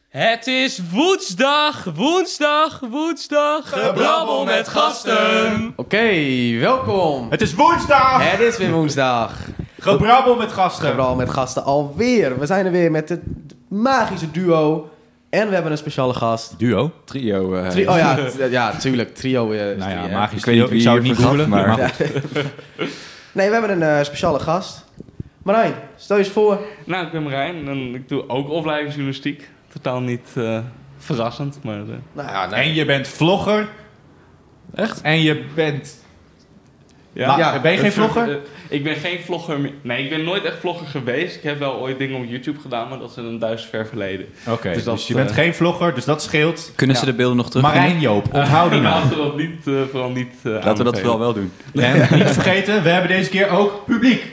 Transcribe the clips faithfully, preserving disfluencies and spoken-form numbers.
Het is woensdag, woensdag, woensdag. Gebrabbel met gasten. Oké, okay, welkom. Het is woensdag. Het is weer woensdag. Gebrabbel met gasten. Gebrabbel met gasten alweer. We zijn er weer met het magische duo. En we hebben een speciale gast. Duo? Trio. Uh, Tri- oh ja, t- ja, tuurlijk. Trio. Uh, nou ja, drie, magisch ik weet trio. niet wie Ik zou het hier niet googlen, maar... maar... Ja. Nee, we hebben een uh, speciale gast. Marijn, stel je eens voor. Nou, ik ben Marijn en ik doe ook opleidingsjournalistiek. Totaal niet uh, verrassend, maar... Uh... Nou ja, nee. En je bent vlogger. Echt? En je bent... Ja, La- ja, ben je geen dat soort- vlogger? uh, ik ben geen vlogger meer. Nee, ik ben nooit echt vlogger geweest. Ik heb wel ooit dingen op YouTube gedaan, maar dat is in een duizend ver verleden. Oké, okay, Dus dus, dat, je bent uh, geen vlogger, dus dat scheelt. Kunnen Ja. ze de beelden nog terug? Marijn Joop, onthoud die naam. Laten we dat niet, uh, vooral niet uh, Laten we dat aanbevelen. vooral wel doen. En niet vergeten, we hebben deze keer ook publiek.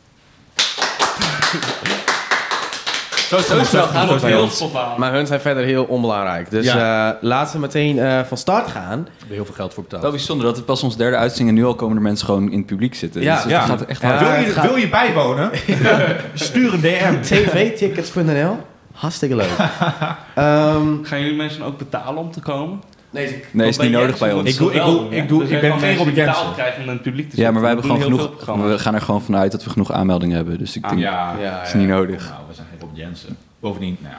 Zo is het Zo wel gaat het bij heel ons. spontaan. Maar hun zijn verder heel onbelangrijk. Dus Ja. uh, laten we meteen uh, van start gaan. We hebben heel veel geld voor betaald. Wel bijzonder dat het pas ons derde uitzending en nu al komen er mensen gewoon in het publiek zitten. Ja. Dus het Ja. gaat echt Ja. hard. wil, het je, gaat- wil je bijwonen? Stuur een D M. t v tickets punt n l. Hartstikke leuk. um, Gaan jullie mensen ook betalen om te komen? nee, Nee, is niet nodig bij ons. Ik doe- ik doe- ik doe- ik ben geen Robert Jensen. krijgen om in het publiek te Ja, maar wij zitten. hebben We gewoon doen heel veel genoeg. We programma's. gaan er gewoon vanuit dat we genoeg aanmeldingen hebben. Dus ik denk, Ja, Ja, dat is niet nodig. Nou, we zijn geen Rob Jensen. Bovendien, nou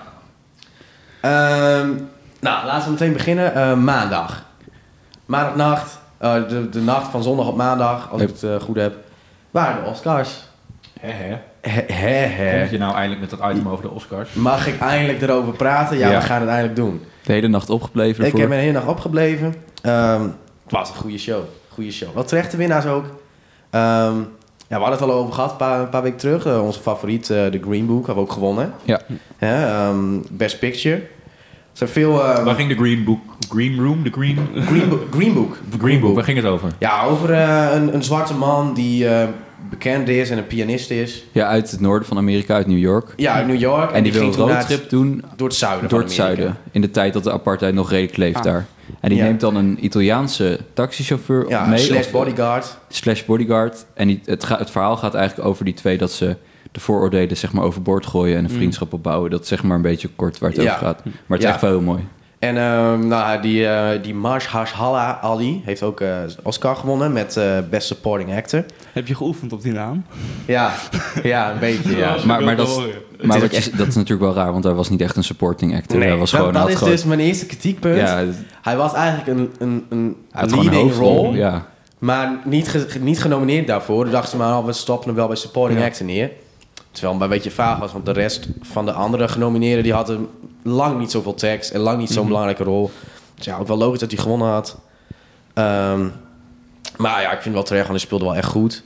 ja. Um, nou, laten we meteen beginnen. Uh, maandag. Maandagnacht. Uh, de, de nacht van zondag op maandag, als ik het uh, goed heb. Waren de Oscars. Hè hè. He, he, he. Kom je nou eindelijk met dat item over de Oscars? Mag ik eindelijk erover praten? Ja, Ja. we gaan het eindelijk doen. De hele nacht opgebleven Ik ervoor. heb een hele nacht opgebleven. Um, het was een goede show. Goede show. Wel terechte winnaars ook. Um, ja, we hadden het al over gehad een paar, een paar weken terug. Uh, onze favoriet, uh, The Green Book, hebben we ook gewonnen. Ja. Ja, um, Best Picture. Er zijn veel... Uh, Waar ging de Green Book? Green Room? De Green... Green, Bo- Green Book. Green Book, waar ging het over? Ja, over uh, een, een zwarte man die uh, bekend is en een pianist is. Ja, uit het noorden van Amerika, uit New York. Ja, uit New York. En die wil ging een toen naar het- roadtrip doen door het zuiden door van het Amerika. zuiden. In de tijd dat de apartheid nog redelijk leeft Ah. daar. En die Ja. neemt dan een Italiaanse taxichauffeur Ja, mee. slash of- bodyguard. slash bodyguard. En die, het, ga, het verhaal gaat eigenlijk over die twee dat ze de vooroordelen zeg maar overboord gooien en een Mm. vriendschap opbouwen. Dat is zeg maar een beetje kort waar het Ja. over gaat. Maar het is Ja. echt wel heel mooi. En um, nou, die, uh, die Mahershala Ali heeft ook uh, Oscar gewonnen met uh, Best Supporting Actor. Heb je geoefend op die naam? Ja, ja een beetje, ja. Ja. Maar, maar, dat, horen. is, maar is wat ook je- dat is natuurlijk wel raar, want hij was niet echt een supporting actor. hij was dat, gewoon, dat hij is had gewoon, dus mijn eerste kritiekpunt. ja, Hij was eigenlijk een, een, een hij had gewoon een leading hoofdrol. role, Ja. maar niet, ge, niet genomineerd daarvoor. Toen dachten ze maar, oh, we stoppen hem wel bij Supporting Ja. Actor neer. Terwijl het een beetje vaag was, want de rest van de andere genomineerden die hadden lang niet zoveel tekst en lang niet zo'n Mhm. belangrijke rol. Dus ja, ook wel logisch dat hij gewonnen had. Um, maar ja, ik vind het wel terecht, want hij speelde wel echt goed.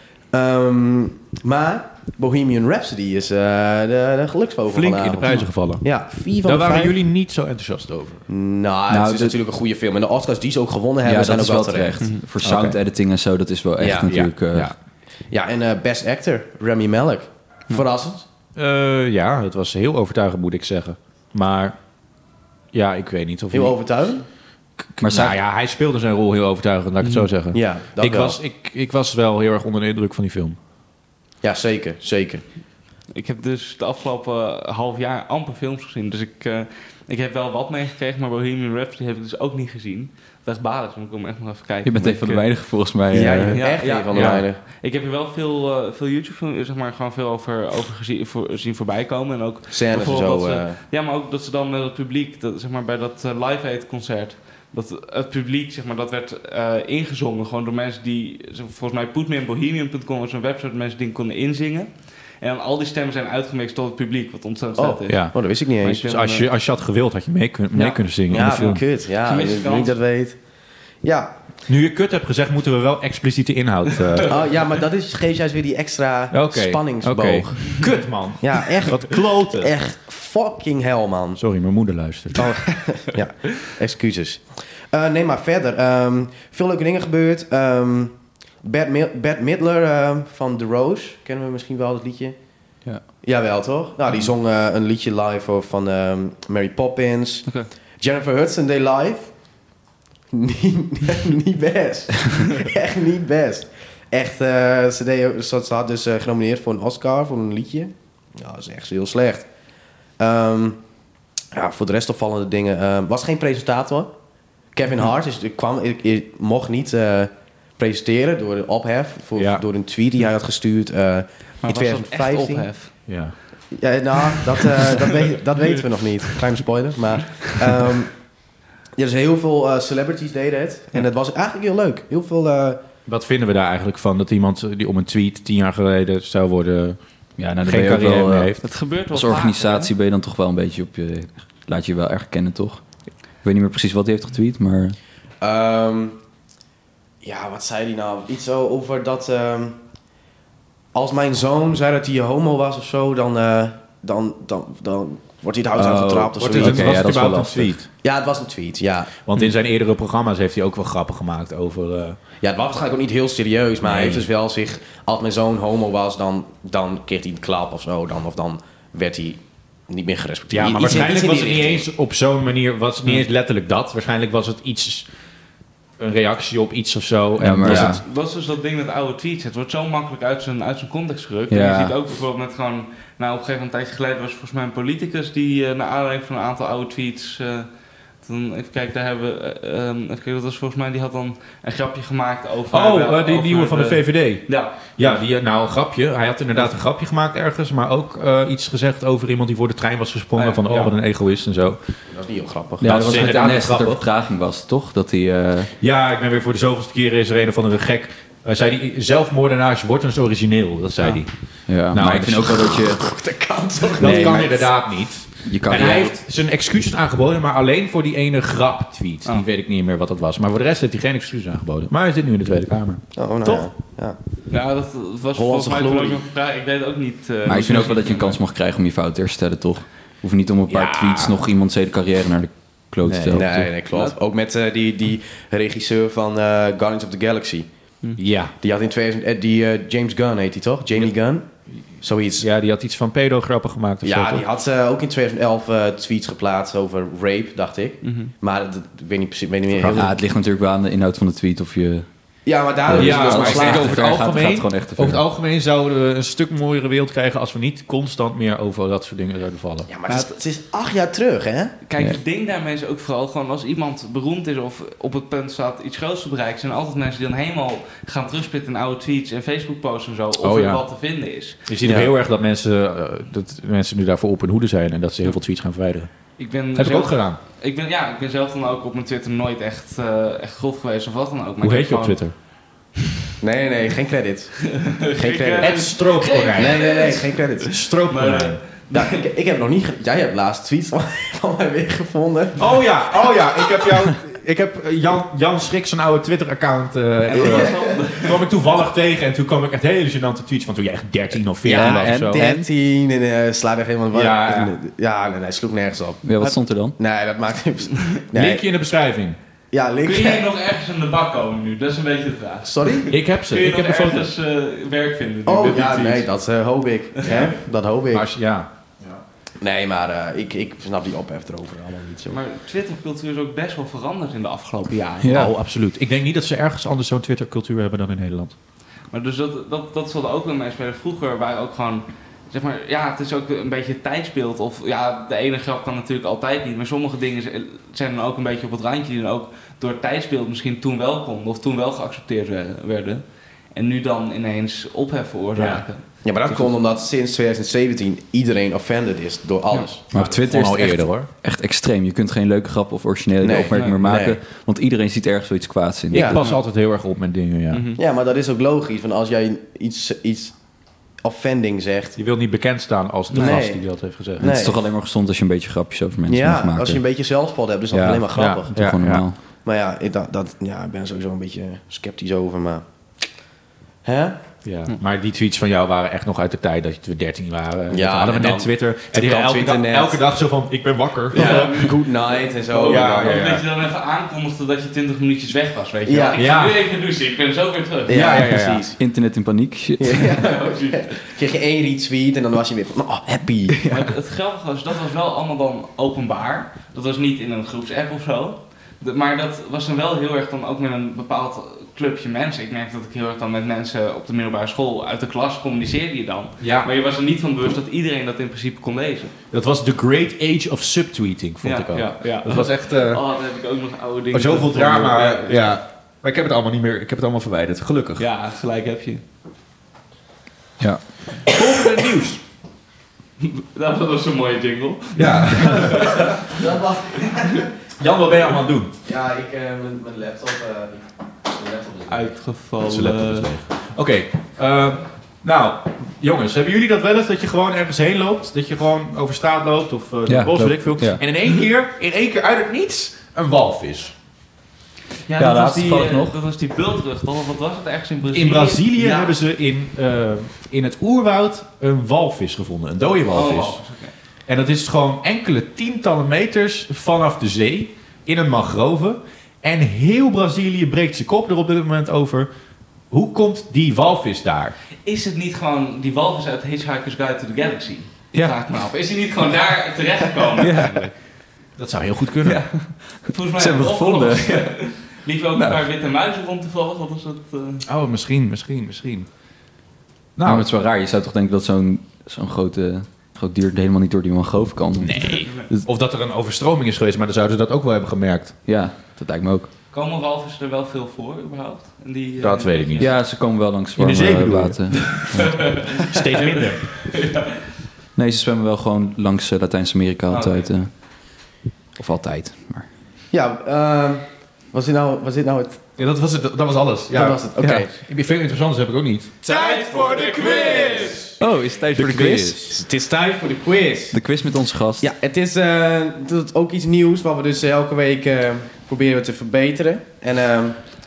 Um, maar Bohemian Rhapsody is uh, de, de geluksvogel Flink in de vanavond. prijzen gevallen. Ja, vier van Daar de waren vijf. jullie niet zo enthousiast over. Nou, Nou, het is de- natuurlijk een goede film. En de Oscars die ze ook gewonnen hebben, Ja, zijn dat ook is wel wel terecht. terecht. Mhm. Voor sound Oké. editing en zo, dat is wel echt Ja, natuurlijk... ja, eh, ja. Ja, en uh, Best Actor, Rami Malek. Verrassend. Uh, ja, het was heel overtuigend, moet ik zeggen. Maar ja, ik weet niet of... Heel hij- overtuigend. Maar nou zij- ja, hij speelde zijn rol heel overtuigend, laat ik het zo zeggen. Ja, dat ik, wel. was, ik, ik was wel heel erg onder de indruk van die film. Ja, zeker, zeker. Ik heb dus de afgelopen uh, half jaar amper films gezien. Dus ik, uh, ik heb wel wat meegekregen, maar Bohemian Rhapsody heb ik dus ook niet gezien. Dat is balen, dus moet ik hem echt nog even kijken. je bent Maar een van ik, de uh, weinigen volgens mij. Ja, eh, ja, echt ja, een van de ja. weinigen. Ik heb er wel veel, uh, veel YouTube-films, zeg maar, gewoon veel over, over gezien, voor, zien voorbij komen. En ook Scènes en bijvoorbeeld zo. dat ze- uh, Ja, maar ook dat ze dan met het publiek, dat, zeg maar bij dat uh, Live Aid concert, dat het publiek, zeg maar, dat werd uh, ingezongen gewoon door mensen die, volgens mij put me in bohemian punt com was een website waar mensen die konden inzingen. En dan al die stemmen zijn uitgemixt tot het publiek, wat ontzettend Oh, vet is. Ja. oh, dat wist ik niet Maar eens. ik Dus vind, als je, als je had gewild, had je mee, kun, mee Ja. kunnen zingen in Ja, de film. kut. Ja, Gemiste nu kans. ik dat weet. Ja. Nu je kut hebt gezegd, moeten we wel expliciete inhoud... uh, Oh, ja, maar dat is, geeft juist weer die extra Oké, spanningsboog. oké. Kut, man. Ja, echt, Wat kloten. echt fucking hell, man. Sorry, mijn moeder luistert. Oh, ja, excuses. Uh, nee, maar verder. Um, veel leuke dingen gebeurd. Um, Bette Mi- Bette Midler uh, van The Rose. Kennen we misschien wel, dat liedje? Ja. Jawel, toch? Nou, die zong uh, een liedje live over van um, Mary Poppins. Oké. Jennifer Hudson deed live. niet, niet best. Echt niet best. Echt, uh, ze, deed, ze had dus uh, genomineerd voor een Oscar, voor een liedje. Ja, dat is echt heel slecht. Um, Ja, voor de rest opvallende dingen. Uh, was geen presentator. Kevin Hart is, ik kwam, ik, ik mocht niet uh, presenteren door de ophef. Voor, ja. Door een tweet die hij had gestuurd uh, maar in twintig vijftien. Was dat echt ophef? Ja. Ja, nou, dat, uh, dat, weet, dat weten we nog niet. Kleine spoiler. Maar um, ja, dus heel veel uh, celebrities deden het. En het was eigenlijk heel leuk. Heel veel... Uh, Wat vinden we daar eigenlijk van? Dat iemand die om een tweet tien jaar geleden zou worden... Ja, nou, geen carrière wel, meer uh, heeft. Het gebeurt wel als vaak, organisatie hè? ben je dan toch wel een beetje op je... Laat je je wel erg kennen, toch? Ik weet niet meer precies wat hij heeft getweet, maar... Um, ja, wat zei hij nou? Iets zo over dat... Um, als mijn zoon zei dat hij homo was of zo, dan, uh, dan, dan, dan wordt hij het huis Oh, uitgetrapt of Wordt zoiets. het, Oké, was ja, het dat is wel überhaupt een lastig. tweet? Ja, het was een tweet, ja. Want in zijn eerdere programma's heeft hij ook wel grappen gemaakt over... Uh, Ja, het was waarschijnlijk ook niet heel serieus, maar Nee. hij heeft dus wel zich... Als mijn zoon homo was, dan, dan kreeg hij een klap of zo. Dan, of dan werd hij niet meer gerespecteerd. ja, maar Iets in- waarschijnlijk iets was in het die niet richting. eens op zo'n manier... Was het niet eens letterlijk dat. Waarschijnlijk was het iets... Een reactie op iets of zo. Ja, maar was ja. het... Dat is dus dat ding met oude tweets. Het wordt zo makkelijk uit zijn, uit zijn context gerukt. Ja. En je ziet ook bijvoorbeeld met gewoon... Nou, op een gegeven moment, een tijdje geleden was er volgens mij een politicus... die uh, naar aanleiding van een aantal oude tweets... Uh, dan, even kijken, daar hebben we... Uh, um, even kijken, dat was volgens mij... Die had dan een grapje gemaakt over... Oh, uh, uh, die over nieuwe van de V V D. Ja. Ja, die, nou een grapje. Hij had inderdaad een grapje gemaakt ergens, maar ook uh, iets gezegd over iemand die voor de trein was gesprongen. Oh ja, van, oh, ja. wat een egoïst en zo. Dat was niet heel grappig. Ja, Dat dat is was met inderdaad N S dat er grappig. vertraging was, toch? Dat hij... Uh... Ja, ik ben weer voor de zoveelste keer is er een of andere gek. Hij zei die zelfmoordenaars wordt eens origineel. Dat zei hij. Ja, Nou, maar ik dat vind ook wel dat je... Dat kan toch Dat Nee, kan maar- inderdaad niet. je kan En hij heeft zijn excuses aangeboden, maar alleen voor die ene grap-tweet. Oh. Die weet ik niet meer wat dat was. Maar voor de rest heeft hij geen excuses aangeboden. Maar hij zit nu in de Tweede Kamer. Oh, nou, Toch? Ja. Ja, dat was volgens Hollandse mij toen ook glorie. nog een vraag. Ik weet het ook niet... Uh, Maar ik vind ook wel dat je een kans mag krijgen om je fout te herstellen, toch? Hoef je niet om een paar Ja. tweets nog iemands hele carrière naar de kloot te Nee, stellen. nee, toch? nee, klopt. Ook met uh, die, die regisseur van uh, Guardians of the Galaxy. Ja. Die had in tweeduizend... eh, die uh, James Gunn heet hij toch? Jamie Gunn? Zoiets. Ja, die had iets van pedo-grappen gemaakt of zo, Ja, toch? die had uh, ook in twintig elf uh, tweets geplaatst over rape, dacht ik. Mhm. Maar dat, ik weet niet precies, weet niet meer Ja, heel het ligt natuurlijk wel aan de inhoud van de tweet of je... Ja, maar daardoor Ja, is het dus maar ik denk ontslagen. over het Ver gaat, gaat algemeen, het gewoon echt te ver. over het algemeen zouden we een stuk mooiere wereld krijgen als we niet constant meer over dat soort dingen zouden vallen. Ja, maar het is, het is acht jaar terug, hè? Kijk, Ja. het ding daarmee is ook vooral gewoon als iemand beroemd is of op het punt staat iets groots te bereiken, zijn er altijd mensen die dan helemaal gaan terugspitten in oude tweets en Facebook posts en zo, of Oh, er ja. wat te vinden is. Je ziet Ja. ook heel erg dat mensen, uh, dat mensen nu daarvoor op hun hoede zijn en dat ze heel veel tweets gaan verwijderen. Ik ben Dat heb ik zelf, ook gedaan. ik ben, ja, ik ben zelf dan ook op mijn Twitter nooit echt, uh, echt grof geweest of wat dan ook. Maar Hoe ik heet je heb op gewoon- Twitter? Nee, nee, nee, geen credit. geen credit. credit. Stroopkonijn. Nee, nee, nee, geen credit. Stroopkonijn. Nou, ik, ik heb nog niet... ge- Jij hebt laatst tweets van, van mij weer gevonden. Oh ja, oh ja, ik heb jou... Ik heb uh, Jan, Jan Schrik zijn oude Twitter-account... Uh, En dat was even- wel- kwam ik toevallig tegen en toen kwam ik echt hele gênante tweets van toen je echt dertien of veertien Ja, was of en zo. dertien en uh, sla er helemaal... Ja, ja. ja nee, nee, sloeg nergens op. Ja, wat stond er dan? Nee, dat maakt... Nee. Linkje in de beschrijving. Ja, link. Kun je nog ergens in de bak komen nu? Dat is een beetje de vraag. Sorry? Ik heb Kun ze, je ik nog heb de foto. ergens uh, werk vinden? nu Oh, met die ja, tweets? nee, dat uh, hoop ik. Hè? Dat hoop ik. Maar als- ja. Nee, maar uh, ik, ik snap die ophef erover allemaal niet zo. Maar Twittercultuur is ook best wel veranderd in de afgelopen jaren. Ja. Oh, absoluut. Ik denk niet dat ze ergens anders zo'n Twitter-cultuur hebben dan in Nederland. Maar dus dat, dat, dat zal er ook wel mee spelen. Vroeger waren ook gewoon, zeg maar, ja, het is ook een beetje het tijdsbeeld. Of ja, de ene grap kan natuurlijk altijd niet. Maar sommige dingen zijn dan ook een beetje op het randje die dan ook door het tijdsbeeld misschien toen wel konden. Of toen wel geaccepteerd werden. En nu dan ineens ophef veroorzaken. Ja, maar dat komt omdat sinds twintig zeventien iedereen offended is door alles. Maar op Twitter is al het echt, eerder hoor. echt extreem. Je kunt geen leuke grap of originele Nee, opmerking nee, meer maken. nee. Want iedereen ziet ergens zoiets kwaads in. Ja. Ik pas altijd heel erg op met dingen, ja. Mhm. Ja, maar dat is ook logisch. Want als jij iets, iets offending zegt... Je wilt niet bekend staan als de Nee. gast die dat heeft gezegd. En het is Nee. toch alleen maar gezond als je een beetje grapjes over mensen mag Ja, maken. als je een beetje zelfspot hebt, is dat Ja. alleen maar grappig. Ja. Toch gewoon normaal. Maar ja, ik, dat, dat, ja, ik ben er sowieso een beetje sceptisch over, maar... Hè? Ja. Maar die tweets van jou waren echt nog uit de tijd dat we dertien waren. Ja, Toen hadden we en net dan- Twitter. En toen die kwam elke, Twitter dag, net. elke dag zo van, ik ben wakker. Ja, good night en zo. Ja, Of ja, ja. dat je dan even aankondigde dat je twintig minuutjes weg was, weet je Ja. wel. Ik Ja. ga nu even douchen, ik ben zo weer terug. Ja, Ja, ja, ja, ja. precies. Internet in paniek, shit. Ja. Kreeg je één retweet en dan was je weer van, oh, happy. Maar het, het grappige was, dat was wel allemaal dan openbaar. Dat was niet in een groepsapp of zo. De- maar dat was dan wel heel erg dan ook met een bepaald clubje mensen. Ik merkte dat ik heel erg dan met mensen op de middelbare school uit de klas communiceerde je dan. Ja, Maar je was er niet van bewust dat iedereen dat in principe kon lezen. dat was the great age of subtweeting, vond ja, ik ook. Ja, ja. Dat was echt... Uh, Oh, daar heb ik ook nog oude dingen. zoveel van- drama. Ja, Ja. Maar ik heb het allemaal niet meer... Ik heb het allemaal verwijderd, gelukkig. ja, gelijk heb je. Ja. Volgende nieuws. Dat was zo'n mooie jingle. Ja. Dat was... Jan, wat ben je allemaal aan het doen? Ja, ik, uh, mijn, mijn laptop... Uh, mijn laptop is Uitgevallen. Zijn laptop is leeg. Oké, eh, nou, jongens, hebben jullie dat wel eens dat je gewoon ergens heen loopt? Dat je gewoon over straat loopt of uh, door Ja, het bos, loop- weet ik veel. ja. En in één keer, in één keer uit het niets, een walvis. Ja, Ja, dat, was laatst die, toevallig eh, nog. dat was die bultrug, toch? Of wat was het? Ergens in Brazilië? In Brazilië Ja. hebben ze in, uh, in het oerwoud een walvis gevonden, een dode walvis. Oh, walvis, oké. En dat is gewoon enkele tientallen meters vanaf de zee, in een mangrove. En heel Brazilië breekt zijn kop er op dit moment over. Hoe komt die walvis daar? Is het niet gewoon die walvis uit Hitchhiker's Guide to the Galaxy? Ja. Vraag ik me af. Is hij niet gewoon daar terechtgekomen? Ja. eigenlijk? Dat zou heel goed kunnen. Ja. Volgens mij Ze hebben het gevonden. opgelost. Liever ook Nou. een paar witte muizen rond te vallen. Wat is dat? eh? Oh, misschien, misschien, misschien. Nou, Nou, maar het is wel raar. Je zou toch denken dat zo'n zo'n grote, groot dier helemaal niet door die mangrove kan? nee. Of dat er een overstroming is geweest, maar dan zouden ze dat ook wel hebben gemerkt. Ja, dat lijkt me ook. Komen walvissen er wel veel voor überhaupt? En die, eh, Dat weet ik niet. Ja, ze komen wel langs In de zee warme bedoel je? water. Steeds minder. Nee, ze zwemmen wel gewoon langs eh, Latijns-Amerika Oh, altijd. eh. Of altijd. Maar. Ja, uh, was dit nou, was dit nou het... Ja, dat was het. Dat was alles. Ja. Dat was het, oké. Ja. Ik ben veel interessants heb ik ook niet. Tijd voor de quiz! Oh, is het tijd voor de quiz? Het is tijd voor de quiz. De quiz met onze gast. Ja, het is, uh, het is ook iets nieuws wat we dus elke week uh, proberen te verbeteren. En uh,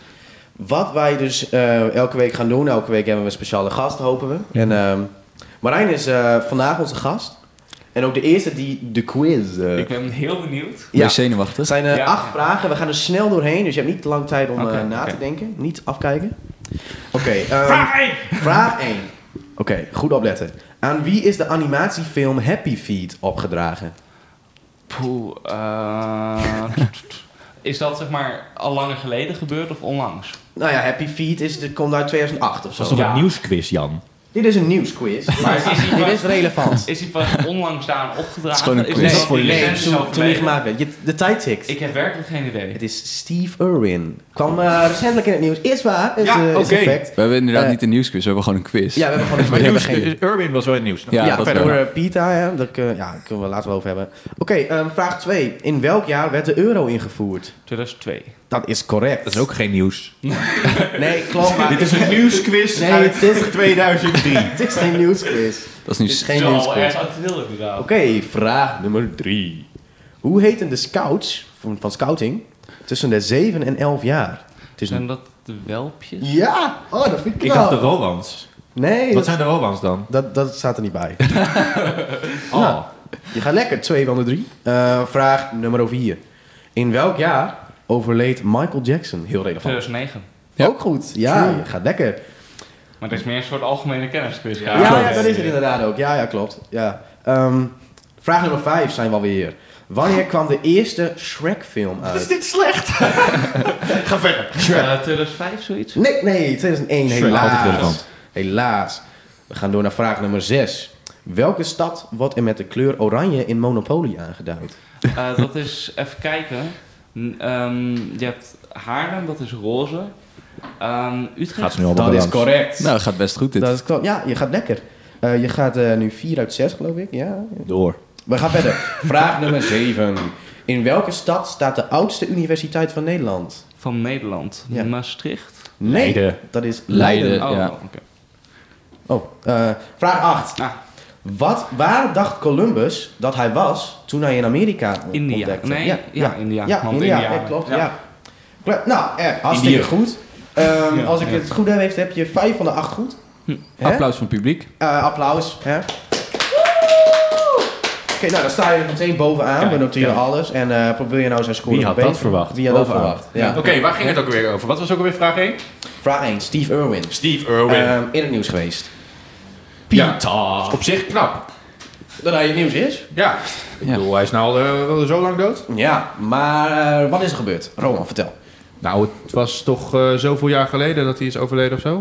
wat wij dus uh, elke week gaan doen, elke week hebben we een speciale gast, hopen we. En uh, Marijn is uh, vandaag onze gast. En ook de eerste die de quiz... Uh, Ik ben heel benieuwd. Ben ja, je zenuwachtig? het zijn uh, Ja. acht vragen. We gaan er snel doorheen, dus je hebt niet te lang tijd om Oké, uh, na oké. te denken. Niet afkijken. Oké. Okay, um, Vraag één! Vraag één. Oké, okay, goed opletten. Aan wie is de animatiefilm Happy Feet opgedragen? Poeh, eh, is dat zeg maar al langer geleden gebeurd of onlangs? Nou ja, Happy Feet is, dit komt uit tweeduizend acht of zo. Dat is toch Ja. een nieuwsquiz, Jan? Dit is een nieuwsquiz, maar is die dit pas- is relevant. Is die pas onlangs daar opgedragen? Het is gewoon een Is quiz. dit Nee, voor die nee, licenties toen, toen overwegen? die gemaakt werd. Je, de tijd tikt. Ik heb werkelijk geen idee. Het is Steve Irwin. Kwam uh, recentelijk in het nieuws. Is waar, is, Ja, uh, is oké. een fact. We hebben inderdaad Eh, niet een nieuwsquiz, we hebben gewoon een quiz. Ja, we hebben gewoon Maar we nieuws, hebben geen... Irwin was wel in het nieuws. Ja, Ja, dat verder wel. door uh, Pita, hè. Dat uh, ja, kunnen we later wel over hebben. Oké, okay, um, vraag twee. In welk jaar werd de euro ingevoerd? tweeduizend twee. Dat is correct. Dat is ook geen nieuws. Nee, klopt. Maar Dit is een nieuwsquiz Nee, uit het is- tweeduizend drie. het is geen nieuwsquiz. Dat is nu... Het is geen Zo, nieuwsquiz. erg actueel inderdaad. Oké, okay, vraag nummer drie. Hoe heten de scouts van, van scouting tussen de zeven en elf jaar? Het is Zijn een... dat de welpjes? Ja! Oh, dat vind ik Ik knap. dacht de Rowans. Nee, Wat dat, zijn de Rowans dan? dat, dat staat er niet bij. Oh. Nou, je gaat lekker, twee van de drie. Uh, vraag nummer vier. In welk jaar overleed Michael Jackson? Heel relevant. tweeduizend negen. Ja. Ook goed, ja, True. je gaat lekker. Maar het is meer een soort algemene kennisquiz. Ja, ja, dat is het inderdaad ook. Ja, ja, klopt. Ja. Um, vraag nummer vijf zijn we alweer. Wanneer kwam de eerste Shrek-film uit? dit slecht? Ga verder. Uh, tweeduizend vijf, zoiets? Nee, nee, tweeduizend één, Shrek, helaas. altijd relevant. Helaas. We gaan door naar vraag nummer zes. Welke stad wordt er met de kleur oranje in Monopoly aangeduid? Uh, dat is, even kijken. N- um, je hebt Haarlem, dat is roze. Um, Utrecht. Gaat ze nu allemaal Dat is balans. correct. Nou, gaat best goed dit. Dat is klopt. Ja, je gaat lekker. Uh, je gaat uh, nu vier uit zes, geloof ik. Ja. Door. We gaan verder. Vraag nummer zeven. In welke stad staat de oudste universiteit van Nederland? Van Nederland. Ja. Maastricht. Nee, Leiden. dat is Leiden. Leiden. Oh, Ja. oké. Oh, uh, vraag acht. Ah, Wat, waar dacht Columbus dat hij was toen hij in Amerika India. ontdekte? Nee, ja, ja, India. Ja, Want India, India- ja, klopt. Ja. ja. Klopt. Nou, eh, hartstikke India. goed. Um, Ja, als ik ja. het goed heb, heeft- heb je vijf van de acht goed. Hm. Hè? Applaus van het publiek. Uh, applaus. Hè? Oké, nou dan sta je meteen bovenaan. Kijk, we noteren kijk. alles. En uh, probeer je nou zijn score Wie nog had dat beter- verwacht? Wie had dat Bovenaan. verwacht? Ja. Oké, waar ging het ook weer over? Wat was ook alweer vraag één? Vraag één. Steve Irwin. Steve Irwin. Um, in het nieuws geweest. Ja. Pieter. Op zich knap. dat hij het nieuws is. Ja, ik Ja. bedoel, hij is nou al uh, zo lang dood. Ja, maar uh, wat is er gebeurd? Roman, vertel. Nou, het was toch uh, zoveel jaar geleden dat hij is overleden of zo?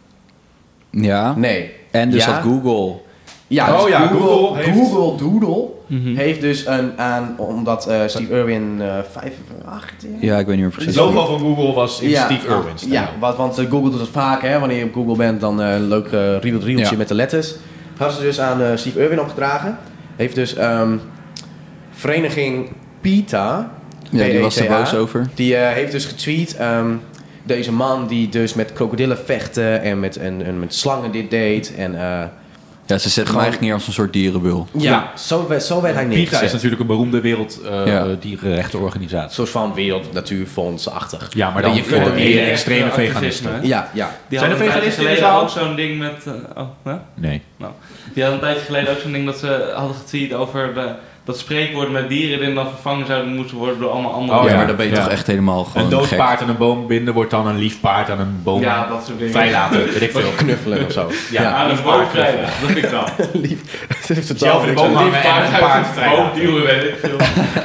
Ja. Nee. En dus Ja. dat Google... Ja, Oh dus ja, Google, Google heeft- Google Doodle Mhm. heeft dus een aan, omdat uh, Steve Irwin uh, vijfenachtig... Ja, ik weet niet meer precies. Het logo van Google was in Steve Irwin stijl. Ja, wat, want uh, Google doet het vaak, hè. Wanneer je op Google bent, dan uh, een leuk uh, riedel- riedeltje Ja. met de letters. Hadden ze dus aan uh, Steve Irwin opgedragen. Heeft dus um, vereniging PETA... Ja, die was er P E T A, boos over. Die uh, heeft dus getweet... Um, deze man die dus met krokodillen vechtte en met, en, en met slangen dit deed. En, uh, Ja, ze zetten hem Gewoon- eigenlijk neer als een soort dierenbul. ja, Ja. Zo, werd, zo werd hij PETA neergezet. is natuurlijk een beroemde wereld uh, Ja. dierenrechtenorganisatie. Een soort van wereld natuurfonds-achtig. Ja, maar dan Je voor kunt ook hele meer extreme activisme, veganisten. hè? Ja, ja. Die Zijn er hadden een tijdje veganisten in de geleden zaal? ook zo'n ding met... uh, oh, hè? Nee. Die hadden een tijdje geleden ook zo'n ding dat ze hadden getweet over de, dat spreekwoorden met dieren die dan vervangen zouden moeten worden door allemaal andere Oh, ja, ja. maar dan ben je Ja. toch echt helemaal gewoon Een dood gek. paard aan een boom binden wordt dan een lief paard aan een boom Ja, dat soort dingen. vrijlaten. Weet ik veel. Knuffelen of zo. Ja. Aan een boom krijgen, dat vind ik dan. Dat heeft totaal Zelf in de niks boom aan- hangen en een paard vrijlaten. Boomduwen, weet ik veel.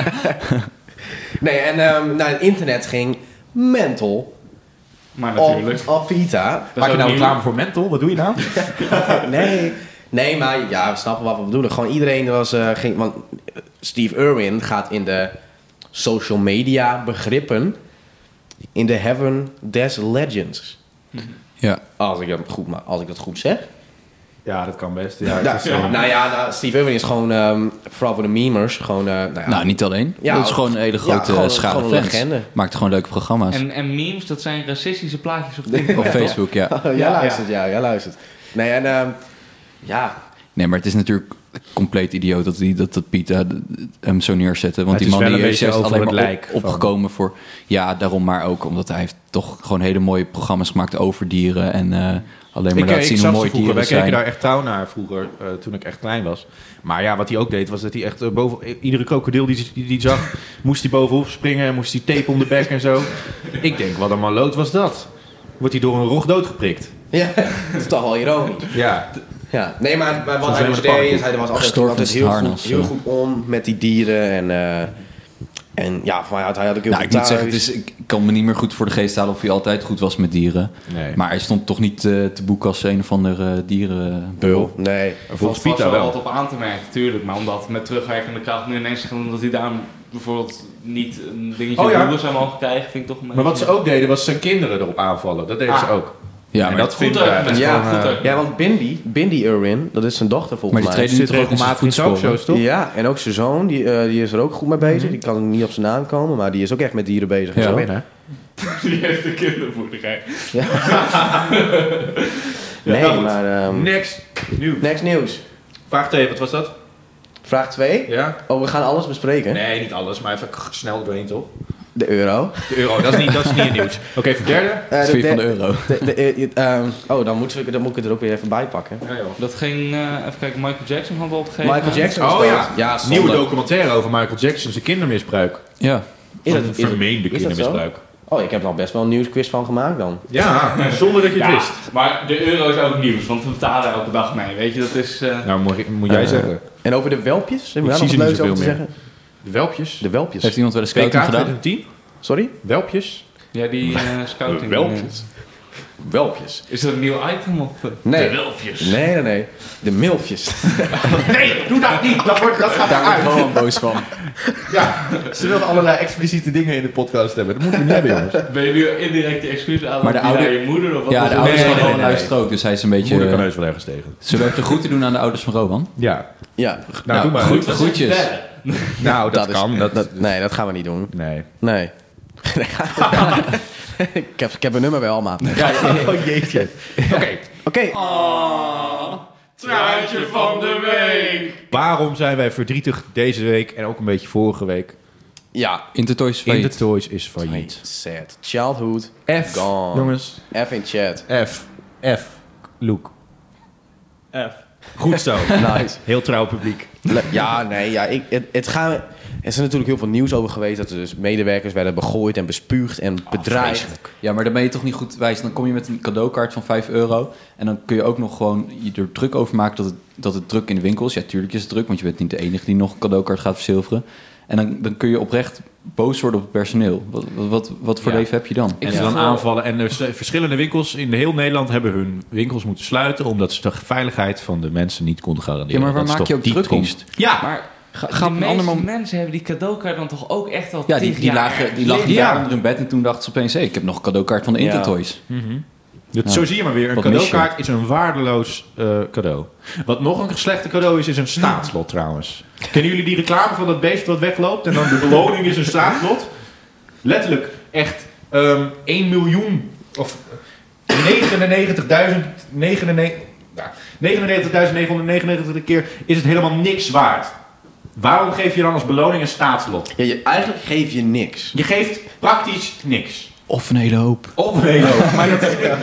Nee, en um, nou, het internet ging mental Maar op, natuurlijk. op PETA. Dat is Maak je ook nou nieuw. reclame voor Mental? Wat doe je nou? Nee, nee, maar ja, we snappen wat we bedoelen. Gewoon iedereen was... Uh, ging, want Steve Irwin gaat in de social media begrippen... in de Heaven Des Legends. Ja. Als ik dat goed, ma- als ik dat goed zeg. Ja, dat kan best. Ja, Ja, het is, uh, nou ja, nou, Steve Irwin is gewoon... Um, vooral voor de memers. Gewoon, uh, nou ja, Nou, niet alleen. Ja, dat is gewoon een hele ja, grote gewoon- schare gewoon een fans. legende. Maakt gewoon leuke programma's. En, en memes, dat zijn racistische plaatjes of dingen. Op Facebook, ja. jij Ja, luistert, ja. jij luistert. Nee, en... Um, ja, Nee, maar het is natuurlijk compleet idioot dat, die, dat, dat Pieter hem zo neerzetten. Want Het die is man wel die een is beetje juist over alleen het maar lijk op, van- opgekomen voor... Ja, daarom maar ook. Omdat hij heeft toch gewoon hele mooie programma's gemaakt over dieren. En uh, alleen maar Ik, laat ik zien hoe zag ze mooi vroeger, dieren wij keken zijn. daar echt trouw naar vroeger, uh, toen ik echt klein was. Maar ja, wat hij ook deed, was dat hij echt uh, boven... Iedere krokodil die die, die zag, moest hij bovenop springen en moest hij tape om de bek en zo. Ik denk, wat een maloot was dat? Wordt hij door een rog doodgeprikt? ja, dat is toch wel ironisch. Ja. Ja, nee, maar, maar wat Zoals hij met dus de deed, pannenkoek. is hij was altijd, Gestorven altijd is heel, het goed, harnas, heel ja. goed om met die dieren. En, uh, en ja, voor mij had hij had ook heel Nou, goed ik moet zeggen, thuis. het is, ik kan me niet meer goed voor de geest halen of hij altijd goed was met dieren. Nee. Maar hij stond toch niet uh, te boek als een of andere dierenbul. Bul. Nee. Er Volgens valt vast Pieter wel wel. wat op aan te merken, tuurlijk. Maar omdat met terugwerkende kracht nu ineens gaan doen dat hij daar bijvoorbeeld niet een dingetje Oh ja. in Google zou mogen krijgen, vind ik toch een Maar wat ze ook deden, was zijn kinderen erop aanvallen. Dat deden Ah. ze ook. Ja, en maar, dat goed vind ik ook, uh, mensen. Ja, goed ook. Ja, want Bindi, Bindi Irwin, dat is zijn dochter volgens Maar die mij. treden zit nu toch ook in zijn regelmatig in voetsporen? talkshows, toch? Ja, en ook zijn zoon, die, uh, die is er ook goed mee bezig. Die kan niet op zijn naam komen, maar die is ook echt met dieren bezig. en Ja. zo. Win, hè? Die heeft de kinderboerderij. Nee, nou goed. maar... Um, Next. Nieuw. next nieuws. Vraag twee, wat was dat? Vraag twee. Ja? Oh, we gaan alles bespreken. Nee, niet alles, maar even snel doorheen, toch? De euro. De euro, dat is niet, dat is niet nieuws. Oké, voor derde. Uh, Twee van de euro. de- de- eh, um, oh, dan, moeten we, dan moet ik het er ook weer even bij pakken. Ja, joh. Dat ging, uh, even kijken, Michael Jackson had wel opgegeven. Michael Jackson. Oh is ja, dood. ja zonde. nieuwe documentaire over Michael Jackson, zijn kindermisbruik. Ja. Is dat- Van is dat- vermeende is dat kindermisbruik. Oh, ik heb er al best wel een nieuwsquiz van gemaakt dan. Ja, zonder dat je het Ja, wist. maar de euro is ook nieuws, want we betalen elke dag mee. Weet je, dat is... uh, Nou, moet, moet jij Eh, zeggen. En over de welpjes? Heb je daar zie nog ze wat niet leuks over te zoveel zeggen? De welpjes. De welpjes. Heeft iemand wel eens W K scouting gedaan? twintig tien. Sorry? Welpjes. ja, die uh, scouting. Welpjes. Welpjes. Is dat een nieuw item of... uh, Nee. De welpjes. Nee, nee, nee. De milfjes. Nee, doe dat niet. Dat, wordt, dat gaat Daar word ik eruit. gewoon boos van. Ja, ze wilden allerlei expliciete dingen in de podcast hebben. Dat moeten we niet hebben, jongens. Ben je nu indirect de excuus aan Maar de die oude- naar je moeder of wat? Ja, was de het? ouders Nee, van nee, Rowan nee, nee. luisteren ook, dus hij is een Moeder kan beetje... heus wel ergens tegen. Zullen we even de groeten doen aan de ouders van Rowan? Ja. Ja, Nou, Nou, doe maar. goed. Wat zeg je Groetjes. verder? Nou, dat, is- kan. Dat, dat- nee, dat gaan we niet doen. nee. Nee. ik, heb, ik heb een nummer wel, maat. Oké. Oh jeetje. Oké. Truitje van de week. Waarom zijn wij verdrietig deze week en ook een beetje vorige week? Ja. Intertoys In de failliet. Toys is failliet. Sad. Childhood. F, Gone. jongens. F in chat. F. F. Luke. F. Goed zo. Nice. Heel trouw publiek. Le- Ja, nee, ja, ik, het, het gaan... Er is er natuurlijk heel veel nieuws over geweest. Dat er dus medewerkers werden begooid en bespuugd en bedreigd. Ja, maar dan ben je toch niet goed wijs. Dan kom je met een cadeaukaart van vijf euro. En dan kun je ook nog gewoon je er druk over maken dat het, dat het druk in de winkel is. Ja, tuurlijk is het druk, want je bent niet de enige die nog een cadeaukaart gaat verzilveren. En dan, dan kun je oprecht boos worden op het personeel. Wat, wat, wat voor Ja. leven heb je dan? En Ja. ze dan aanvallen. En er zijn verschillende winkels in heel Nederland hebben hun winkels moeten sluiten, omdat ze de veiligheid van de mensen niet konden garanderen. Ja, maar waar Dat is maak je toch ook diep druk om? triest. Ja, Maar Ga, de ga op een ander meeste moment... mensen hebben die cadeaukaart dan toch ook echt al Ja, die, tien die jaar lagen, die lagen geleden. daar onder hun bed en toen dachten ze opeens... Hey, ik heb nog een cadeaukaart van de Ja. Intertoys. Dat, Ja. zo zie je maar weer. Een Wat mis je? cadeaukaart is een waardeloos eh, cadeau. Wat nog een slechte cadeau is, is een staatslot trouwens. Kennen jullie die reclame van dat beest wat wegloopt? En dan de beloning is een staatslot? Letterlijk echt um, één miljoen of negenennegentigduizend negenennegentigduizend keer is het helemaal niks waard. Waarom geef je dan als beloning een staatslot? Ja, je, eigenlijk geef je niks. Je geeft praktisch niks. Of een hele hoop. Of een hele hoop. Maar dat,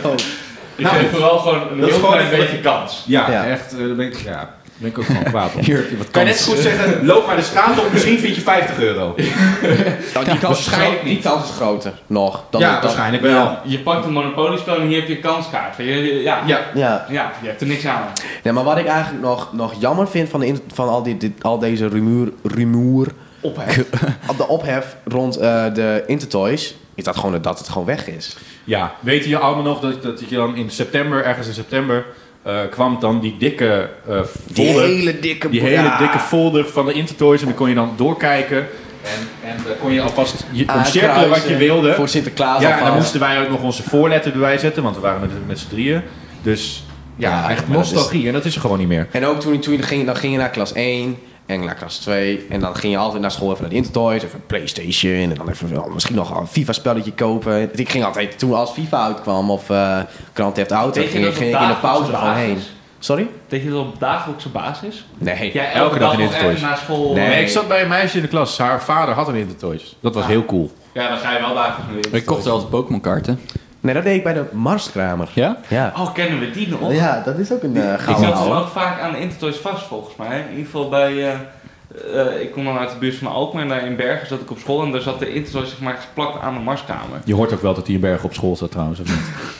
Ik Nou, geef vooral gewoon een dat is heel gewoon klein even- beetje kans. ja, Ja. echt. Uh, ben ik, ja, daar ben ik ook gewoon kwaad op. Hier heb je wat Kan je net kans. zo goed zeggen, loop maar de straat op, misschien vind je vijftig euro. Nou, die, kans waarschijnlijk is, die niet. kans is groter nog. Dan Ja, dan- waarschijnlijk wel. Ja, je pakt een Monopoly-spel en hier heb je een kanskaart. Je, je- ja, ja. Ja. Ja. ja, je hebt er niks aan. Nee, maar wat ik eigenlijk nog, nog jammer vind van, de, in- van al, die, dit, al deze rumoer, rumoer Ophef. op de ophef rond eh, de Intertoys, is dat, gewoon, dat het gewoon weg is. Ja, weten je allemaal nog dat, dat je dan in september, ergens in september, uh, kwam dan die dikke uh, Die folder, hele dikke... die hele ja. dikke folder van de Intertoys en dan kon je dan doorkijken en, en dan kon je alvast je, Aankruisen omcirkelen wat je wilde. Voor Sinterklaas Ja, en dan alvast. moesten wij ook nog onze voorletter erbij zetten, want we waren natuurlijk met z'n drieën. Dus ja, Ja, echt maar dat nostalgie en dat is er gewoon niet meer. En ook toen, toen je ging, dan ging je naar klas één en naar klas twee. En dan ging je altijd naar school even naar de Intertoys, even een Playstation. En dan even wel, misschien nog een FIFA-spelletje kopen. Ik ging altijd, toen als FIFA uitkwam of uh, Grand Theft Auto, Deed je ging, dat ging op ik in de pauze er dagelijkse gewoon heen. basis? Sorry? Deed je dat op dagelijkse basis? Nee. Ja, elke, Elke dag dag in nog Intertoys. even naar school. Nee. Nee, ik zat bij een meisje in de klas, haar vader had een Intertoys. Dat was Ah. heel cool. Ja, dan ga je wel dagelijks naar de Ik kocht wel altijd Pokémon kaarten. Nee, dat deed ik bij de Marskramer. Ja? Ja. Oh, kennen we die nog? Ja, dat is ook een uh, Ik gouden zat dan ouwe. ook vaak aan de Intertoys vast, volgens mij. In ieder geval bij... eh, eh, ik kom dan uit de buurt van Alkmaar en daar in Bergen zat ik op school. En daar zat de Intertoys zeg maar, geplakt aan de Marskamer. Je hoort ook wel dat hij in Bergen op school zat trouwens, of niet?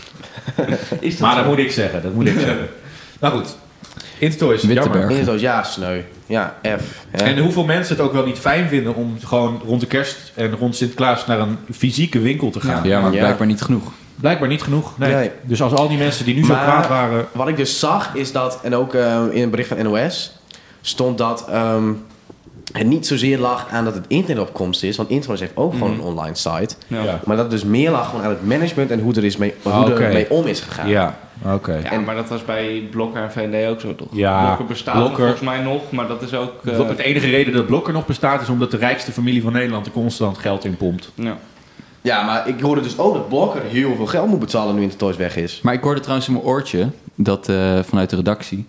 Is dat Maar zo? dat moet ik zeggen, dat moet ik zeggen. Nou goed, Intertoys, Witteberg. jammer. Intertoys, ja, sneu. Ja, F. Ja. En hoeveel mensen het ook wel niet fijn vinden om gewoon rond de kerst en rond Sinterklaas naar een fysieke winkel te gaan. Ja, maar Ja. blijkbaar niet genoeg. Blijkbaar niet genoeg. Nee. Nee. Dus als al die mensen die nu zo Maar- kwaad waren... Wat ik dus zag is dat, en ook uh, in een bericht van N O S, stond dat um, het niet zozeer lag aan dat het internet op komst is, want Intertoys heeft ook gewoon Mhm. een online site. Ja. Ja. Maar dat het dus meer lag gewoon aan het management en hoe er, is mee, hoe Ah, er oké. mee om is gegaan. Ja, oké. Ja, maar dat was bij Blokker en V N D ook zo, toch? Ja, Blokker bestaat Blokker- volgens mij nog, maar dat is ook... eh, Het enige reden dat Blokker nog bestaat is omdat de rijkste familie van Nederland er constant geld in pompt. ja. Ja, maar ik hoorde dus ook dat Blokker heel veel geld moet betalen nu Intertoys weg is. Maar ik hoorde trouwens in mijn oortje dat eh, vanuit de redactie...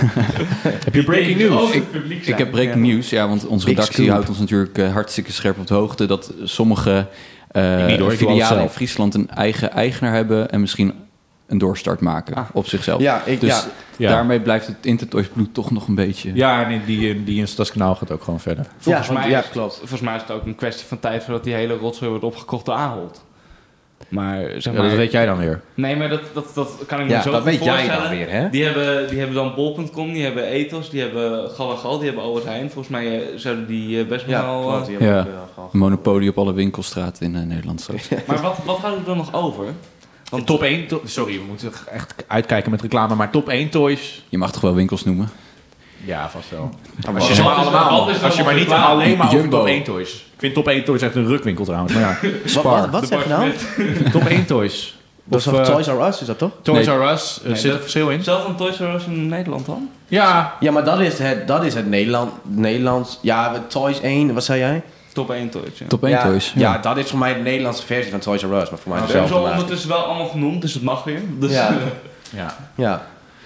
Heb je breaking Die news? ook Ik- het publiek Ik zijn. heb breaking Ja. news, ja, want onze Big redactie scoop. houdt ons natuurlijk eh, hartstikke scherp op de hoogte dat sommige eh Ik niet hoor, ik doe alles filialen in zelf. Friesland een eigen eigenaar hebben en misschien een doorstart maken Ah. op zichzelf. Ja, ik, Dus ja. Ja. daarmee blijft het Intertoys bloed toch nog een beetje... Ja, en die, die in Stadskanaal gaat ook gewoon verder. Volgens, Ja, want- mij ja, is, klopt. volgens mij is het ook een kwestie van tijd voordat die hele rotzooi wordt opgekocht door Ahold. Maar zeg Ja, maar... dat weet jij dan weer. Nee, maar dat, dat, dat kan ik me Ja, zo dat goed weet jij voorstellen. dan weer, hè? Die hebben, die hebben dan bol punt com, die hebben Ethos, die hebben Gal en Gal, die hebben Albert Heijn. Volgens mij eh, zouden die eh, best wel... Ja, eh, klopt. Die hebben Ja. ook, uh, gewoon- Een monopolie op alle winkelstraten in eh, Nederland straks. Maar wat, wat houden we er nog over? Want Top één, to- sorry, we moeten echt uitkijken met reclame, maar top één toys. Je mag toch wel winkels noemen? Ja, vast wel. Ja, Als je Wat ze maar is- allemaal, wat is als je dan maar nog niet reclame? alleen maar over Jumbo. top één toys. Ik vind top één toys echt een rukwinkel trouwens, maar ja. Wat, wat, wat de zeg je nou? Bart top één toys. Dat is Of, toch eh, Toys R Us, is dat toch? Toys Nee. R Us, er Nee, zit een dat- verschil in. Zelf een Toys R Us in Nederland dan? Ja, Ja, maar dat is het, dat is het Nederland, Nederlands... Ja, Toys één, wat zei jij? Top één Toys, ja. Top één ja, Toys. Ja. dat is voor mij de Nederlandse versie van Toys R Us, maar voor mij Nou, we hebben dezelfde ze maat. ondertussen wel allemaal genoemd, dus het mag weer. Dus, Ja. ja. Ja.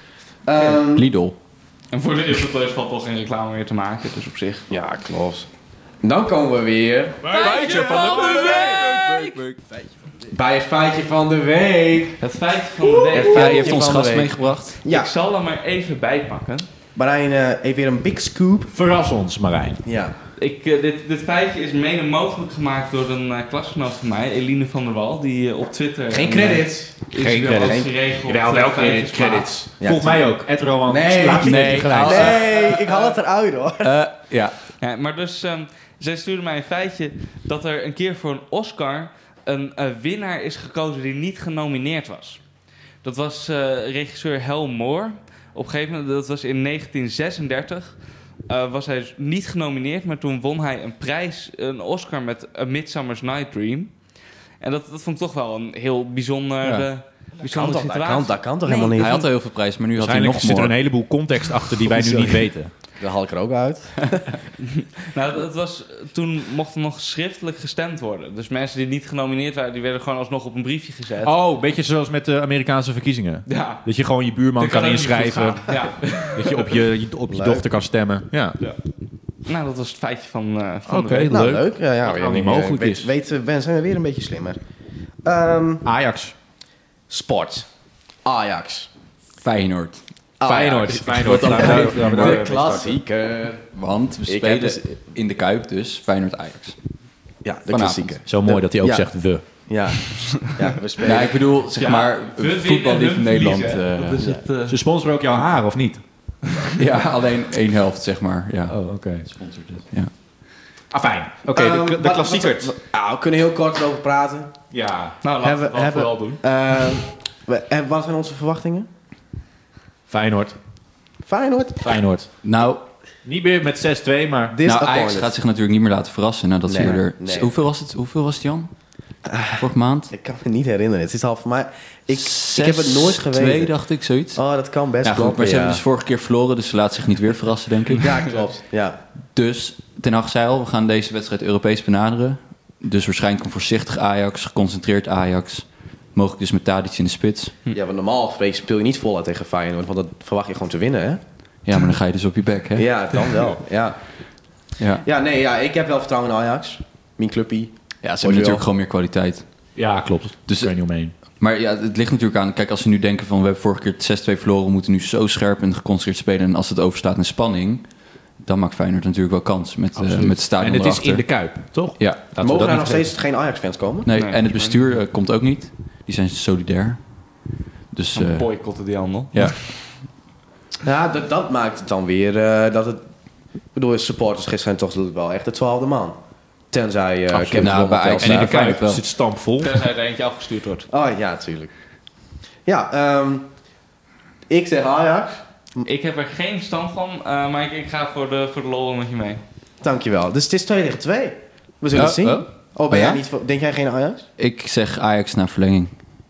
Ehm, Lidl. En voor de eerste Toys valt toch geen reclame meer te maken, dus op zich. ja, klopt. Dan komen we weer Feitje van de week. bij het feitje van de week. Het feit van de week. Het Ja, feitje die heeft ons van de gast week. meegebracht. Ja, Ik zal er maar even bij pakken. Marijn, uh, even weer een big scoop. Verras ons, Marijn. Ja. Ik, uh, dit, dit feitje is mede mogelijk gemaakt door een uh, klasgenoot van mij, Eline van der Wal, die uh, op Twitter... Geen een, credits. Uh, Geen Instagram credits. als geregeld, Jawel, uh, wel feitjes credits. plaatst. Ja, Volg mij ook. Ed Rowan. Nee, Laat nee, nee, gelijk. Nee, ik haal het eruit hoor. Uh, ja. Ja, maar dus, um, zij stuurde mij een feitje dat er een keer voor een Oscar een uh, winnaar is gekozen die niet genomineerd was. Dat was uh, regisseur Hal Moore. Op een gegeven moment, dat was in negentien zesendertig, uh, was hij dus niet genomineerd, maar toen won hij een prijs, een Oscar met A Midsummer's Night Dream. En dat, dat vond ik toch wel een heel bijzonder, Ja. uh, Dat bijzondere kan, dat, situatie. kan, dat kan toch Nee, helemaal niet? Hij had al heel veel prijzen, maar nu had hij Waarschijnlijk nog zit er een more. heleboel context achter die wij nu Sorry. niet weten. Dat haal ik er ook uit. Nou, dat was, toen mocht er nog schriftelijk gestemd worden. Dus mensen die niet genomineerd waren, die werden gewoon alsnog op een briefje gezet. Oh, een beetje zoals met de Amerikaanse verkiezingen. Ja. Dat je gewoon je buurman Dat kan ook niet goed inschrijven. gaan. Ja. Dat je op je, je- op je Leuk. dochter kan stemmen. Ja. Nou, dat was het feitje van, uh, van Oké, de week. Nou, leuk. leuk. Ja, ja, Wat ja, al niet ja, mogelijk weet, is. Weet, we zijn we weer een beetje slimmer. Ehm, Ajax. sport. Ajax. Feyenoord. Feyenoord. Ajax. Feyenoord. De Laten we daar- laten we daar De even starten. klassieker. Want we Ik spelen heb dus- in de Kuip dus Feyenoord-Ajax. Ja, de Vanavond. klassieker. Zo mooi De- dat hij ook ja. zegt de. Ja. Ja, we spelen. Ja, ik bedoel, zeg Ja, maar, we winnen, voetballief hun Nederland. verliezen. eh, Dat is het, uh, Ze sponsoren ook jouw haar, of niet? ja, alleen één helft, zeg maar. Ja. Oh, oké. Sponsort het. Ja. Ah, fijn. Oké, Ehm, de, de wat- klassiekers. wat- Ja, we kunnen heel kort erover praten. Ja. nou, laten Hebben- we dat hebben- vooral doen. Ehm, we- en wat zijn onze verwachtingen? Feyenoord. Feyenoord. Feyenoord. Nou, Niet meer met zes twee, maar... This nou, Ajax appointed. gaat zich natuurlijk niet meer laten verrassen nadat Nee, ze er... nee. Hoeveel was het, hoeveel was het Jan? Vorige maand? Ik kan me niet herinneren. Het is al voor mij... Ik, ik heb het nooit geweten. twee dacht ik, zoiets. Oh, dat kan best Ja, goed, kloppen, maar ze ja. hebben dus vorige keer verloren, dus ze laten zich niet weer verrassen, denk ik. Ja, klopt. Ja. Dus Ten Hag zei al, we gaan deze wedstrijd Europees benaderen. Dus waarschijnlijk een voorzichtig Ajax, geconcentreerd Ajax. Mogelijk dus met Tadic in de spits. Ja, want normaal gesproken speel je niet voluit tegen Feyenoord, want dat verwacht je gewoon te winnen, hè? Ja, maar dan ga je dus op je bek, hè? Ja, dan wel. Ja, Ja, ja nee, ja, ik heb wel vertrouwen in Ajax. Mijn clubje. ja ze hebben natuurlijk gewoon meer kwaliteit. Ja, klopt. Dus Dus- ik weet niet omheen. Maar ja, het ligt natuurlijk aan... Kijk, als ze nu denken van... we hebben vorige keer zes twee verloren... we moeten nu zo scherp en geconcentreerd spelen... en als het overstaat in spanning... dan maakt Feyenoord natuurlijk wel kans met, uh, met het stadion En het is erachter. in de Kuip, toch? Ja, Laten we Mogen dat daar niet nog steeds geen Ajax-fans komen? nee, Nee, en het ik bestuur uh, komt ook niet. Die zijn solidair. Dus Dan uh, boycotten die handel. ja, Ja, dat, dat maakt het dan weer uh, dat het... Ik bedoel, supporters zijn toch wel echt de twaalfde man. Tenzij uh, Absoluut. Kevin Nou, Volk bij wel Ajax En in de staat. Ja, Kuip wel. zit stampvol. Tenzij er eentje afgestuurd wordt. Oh ja, natuurlijk. Ja, ehm ik zeg Ajax. Ik heb er geen verstand van, uh, maar ik, ik ga voor de, voor de lol met je mee. Dankjewel. Dus het is twee tegen twee. We zullen Oh, het zien. oh. Oh, ben Oh, jij ja? niet, voor- denk jij geen Ajax? ik zeg Ajax na verlenging.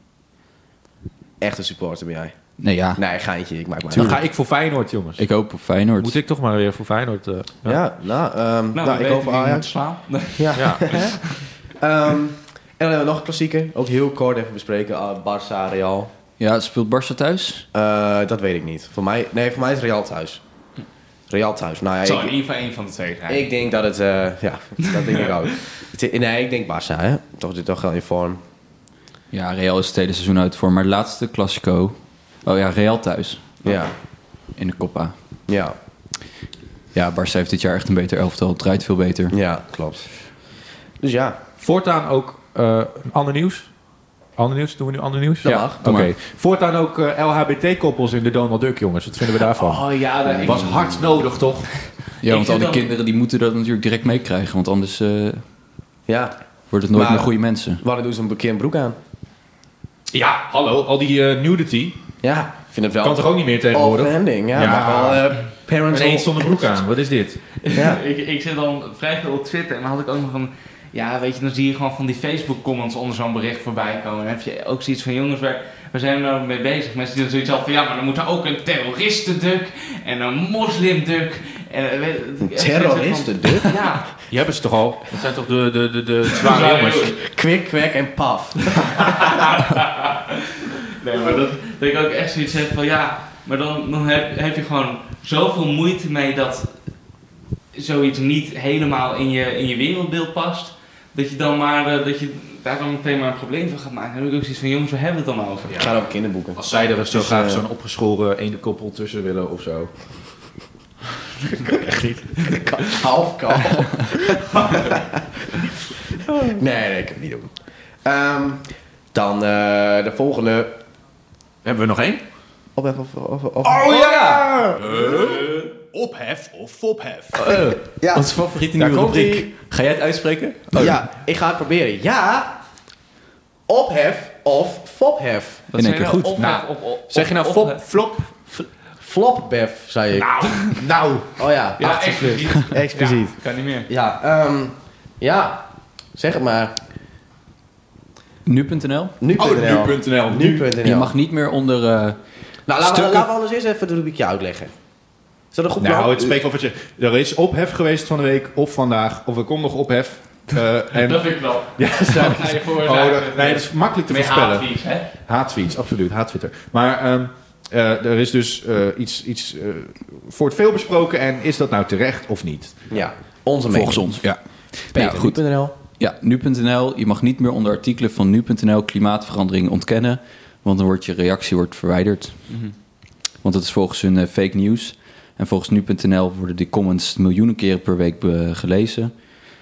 Echte supporter ben jij. Nee, ja, Nee, geintje. Ik maak maar. Dan ga ik voor Feyenoord, jongens. ik hoop op Feyenoord. Moet ik toch maar weer voor Feyenoord... uh, Ja, ja nou, ehm, Nou, nou, ik we hoop weten wie we Ajax. moeten slaan. Ja. Ja. Ehm, en dan hebben we nog een klassieker. Ook heel kort even bespreken. Uh, Barça, Real. Ja, speelt Barca thuis? Uh, dat weet ik niet. Voor mij, nee, voor mij is Real thuis. Real thuis. Nou Het zal ja, in ik, ieder geval één van de twee zijn. ik denk dat het... uh, ja, dat denk ik ook. Het- Nee, ik denk Barça, hè. Toch, toch wel in vorm. Ja, Real is het hele seizoen uit voor. Maar de laatste Classico... Oh ja, Real thuis. Ja, In de Copa. ja, Ja, Barca heeft dit jaar echt een beter elftal. Het draait veel beter. ja, klopt. Dus ja, Voortaan ook uh, ander nieuws. Ander nieuws? Doen we nu ander nieuws? Dat ja. mag. Oké. Doe maar. Voortaan ook uh, L H B T-koppels in de Donald Duck, jongens. Wat vinden we daarvan? Oh ja, dat ik- Was hard nodig, toch? Ja, want zit al die dan- kinderen die moeten dat natuurlijk direct meekrijgen. Want anders uh, ja. wordt het nooit Maar- meer goede mensen. We hadden dus een keer een broek aan. Ja, hallo. Al die uh, nudity. Ja, ik vind het wel... Kan toch ook niet meer tegenwoordig? Offending, ja. Ja. Maar wel uh, parents... Ineens zonder broek aan. Wat is dit? Ja. ik, ik zit dan vrij veel op Twitter en dan had ik ook nog een... Ja, weet je, dan zie je gewoon van die Facebook-comments onder zo'n bericht voorbij komen. Dan heb je ook zoiets van, jongens, waar, waar zijn we nou mee bezig? Mensen die dan zoiets al van, ja, maar dan moet er ook een terroristenduk en een moslimduk. En, eh, weet- Een echt zoiets terroristen, van- duk? Ja. Die hebben ze toch al? Dat zijn toch de, de, de, de zware jongens? Kwik, kwek en paf. Nee, maar dat, dat ik ook echt zoiets heb van, ja, maar dan, dan heb, heb je gewoon zoveel moeite mee dat zoiets niet helemaal in je, in je wereldbeeld past. Dat je dan maar, eh, dat je daar dan meteen maar een probleem van gaat maken. Dan heb ik ook zoiets van, jongens, waar hebben we het dan over? Het gaat over kinderboeken. Als zij er zo Dus, graag eh, zo'n opgeschoren ene koppel tussen willen of zo. Echt niet. Half kal. nee, nee, ik kan het niet doen. Um, dan uh, de volgende. Hebben we nog één? Op, of, of, of, of, Oh ja! Uh, ophef of fophef? Uh, ja. Wat is je favoriete Daar nieuwe komt rubriek? ie. Ga jij het uitspreken? Oh, Ja, ik ga het proberen. Ja, ophef of fophef. Wat In één zei keer je goed. Op, Nou, op, op, Zeg je nou op- fop, op- flop? Flopbef, zei ik. Nou, nou. Oh ja, Ja, achttien plus. expliciet. Expliciet. Ja, kan niet meer. Ja, um, ja, zeg het maar. Nu punt n l. Nu punt n l. Oh, nu.nl. Nu punt n l. Je mag niet meer onder... uh, Nou, laten we, stukken- laten we anders eens even de rubriekje uitleggen. Is dat een goed plan? Nou, het spreekt wel voor zich. Er is ophef geweest van de week, of vandaag, of er komt nog ophef. Uh, en Dat vind ik wel. ja, Daar ga je voor. oh, dat, nee, dat is makkelijk te Met voorspellen. haatvlies, hè? Haattweets, absoluut, haattwitter. Maar um, uh, er is dus uh, iets, iets uh, voor het veel besproken en is dat nou terecht of niet? Ja, onze mening. volgens ons. Ja. Peter, Ja, goed. nu punt n l. Ja, nu punt n l. Je mag niet meer onder artikelen van nu punt n l klimaatverandering ontkennen. Want dan wordt je reactie wordt verwijderd. Mhm. Want dat is volgens hun uh, fake news. En volgens nu punt n l worden die comments miljoenen keren per week be- gelezen.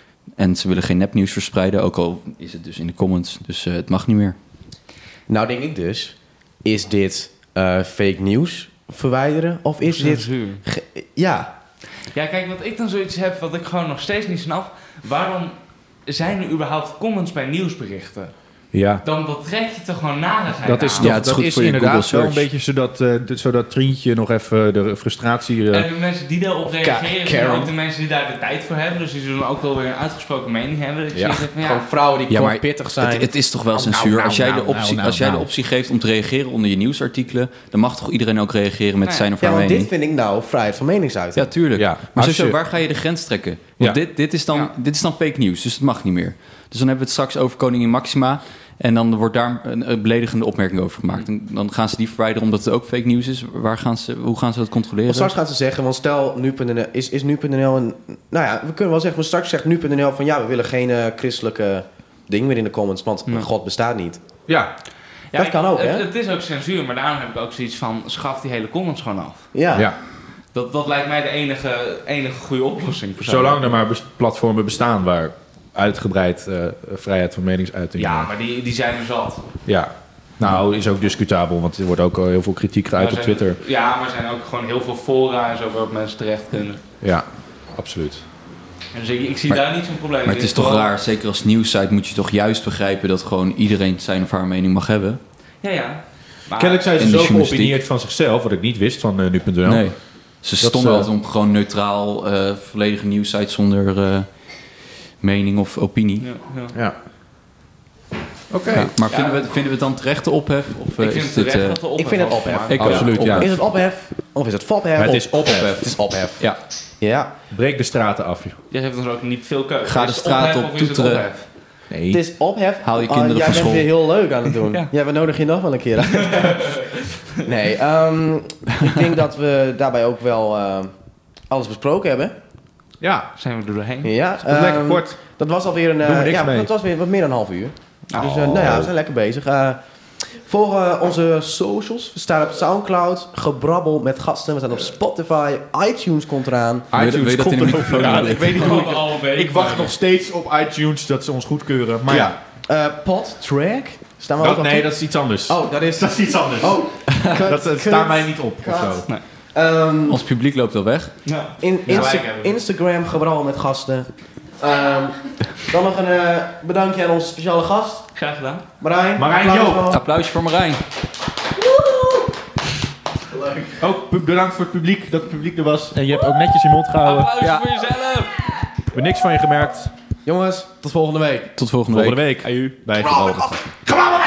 En ze willen geen nepnieuws verspreiden. Ook al is het dus in de comments. Dus uh, het mag niet meer. Nou, denk ik dus, is dit uh, fake nieuws verwijderen? Of is dit... Censuur. ge- ja, Ja, kijk, wat ik dan zoiets heb, wat ik gewoon nog steeds niet snap. Waarom zijn er überhaupt comments bij nieuwsberichten? Ja. Dan dat trek je toch gewoon narigheid Dat is, aan. toch, Ja, het is dat goed is voor je inderdaad Google wel een search. beetje zodat, uh, d- zodat Trientje nog even de frustratie... Uh, En de mensen die daarop Ka- reageren, zijn Karen. ook de mensen die daar de tijd voor hebben. Dus die zullen ook wel weer een uitgesproken mening hebben. Dat je Ja. zegt van, ja, gewoon vrouwen die Ja, maar kort pittig zijn. Het, het is toch wel Nou, censuur. nou, als jij, nou, de, optie, nou, nou, als jij nou. de optie geeft om te reageren onder je nieuwsartikelen... dan mag toch iedereen ook reageren met Nee. zijn of ja, haar want mening? dit vind ik nou vrijheid van meningsuiting. Ja, tuurlijk. Ja, Maar als sowieso, je- waar ga je de grens trekken? Want Ja. dit, dit, is dan, Ja. dit is dan fake nieuws, dus het mag niet meer. Dus dan hebben we het straks over koningin Maxima... en dan wordt daar een, een beledigende opmerking over gemaakt. En dan gaan ze die verwijderen omdat het ook fake nieuws is. Waar gaan ze, hoe gaan ze dat controleren? Want straks gaan ze zeggen, want stel nu punt n l is, is nu punt n l een... Nou ja, we kunnen wel zeggen, maar straks zegt nu punt n l van... ja, we willen geen uh, christelijke ding meer in de comments, want Ja. God bestaat niet. ja, ja, dat kan ook, het, hè? Het is ook censuur, maar daarom heb ik ook zoiets van, schaf die hele comments gewoon af. Ja. ja. Dat, dat lijkt mij de enige, enige goede oplossing. persoonlijk. Zolang er maar bes- platformen bestaan waar uitgebreid uh, vrijheid van meningsuiting... Ja, maar die, die zijn er zat. Ja. Nou, is ook discutabel, want er wordt ook al heel veel kritiek geuit Maar op zijn- Twitter. Ja, maar er zijn ook gewoon heel veel fora en zo waarop mensen terecht kunnen. Ja, absoluut. Dus ik, ik zie Maar- daar niet zo'n probleem. Maar het Ik is vind toch vooral- raar, zeker als nieuwssite moet je toch juist begrijpen... dat gewoon iedereen zijn of haar mening mag hebben? Ja, ja. Maar, Kennelijk zijn ze in de zo journalistiek. geopinieerd van zichzelf, wat ik niet wist van uh, nu punt n l. Nee. Ze Dat, stonden eh, altijd om gewoon neutraal, uh, volledige nieuwssite zonder uh, mening of opinie. Ja, ja. Ja. Oké. Ja, maar Ja. vinden, we, vinden we het dan terecht de ophef? Of uh, Ik vind is het dit... terecht uh, dat de ophef ik vind het wordt ophef. gemaakt. Ik ook. Absoluut, ja. Is het ophef of is het fophef? Het Of- is ophef. Het is ophef. ja, Ja. Breek de straten af, joh. Je geeft ons ook niet veel keuze. Ga de Is het straat ophef op of is het toeteren. ophef? Nee. Het is ophef. Haal je Oh, kinderen jij van bent school. weer heel leuk aan het doen. Ja. ja. we nodigen je nog wel een keer uit. nee, ehm, ik denk dat we daarbij ook wel eh, alles besproken hebben. Ja, Zijn we er doorheen? Ja, dat is lekker ehm, kort. Dat was alweer een... eh, Doen we niks ja, mee. dat was weer wat meer dan een half uur. Oh. Dus eh, nou ja, we zijn lekker bezig. Eh volg eh, onze socials. We staan op Soundcloud. Gebrabbel met gasten. We staan op Spotify. iTunes komt eraan. Wil je- wil je dat in de komt er microfoon ook- Ja, doen? ik weet niet hoe ik... Al een week, Ik wacht maar- nog steeds op iTunes dat ze ons goedkeuren. Maar ja, Eh Pod, Track. Staan we ook dat, op nee, top? dat is iets anders. Oh, dat is... Dat is iets anders. Oh, kut, dat dat kut. staat mij niet op of Kat. zo. Ehm, Ons publiek loopt al weg. Ja. in, Ja, Insta- gelijk hebben we. Instagram gebrabbel met gasten. Ehm, dan nog een eh, bedankje aan onze speciale gast. Graag gedaan. Marijn. Marijn applaus Joop. nog. Applausje voor Marijn. Ook pu- bedankt voor het publiek, dat het publiek er was. En je hebt ook netjes je mond gehouden. Applaus Ja. voor jezelf. We hebben niks van je gemerkt. Jongens, tot volgende week. Tot volgende week. Volgende week. Bij het Gebrabbel.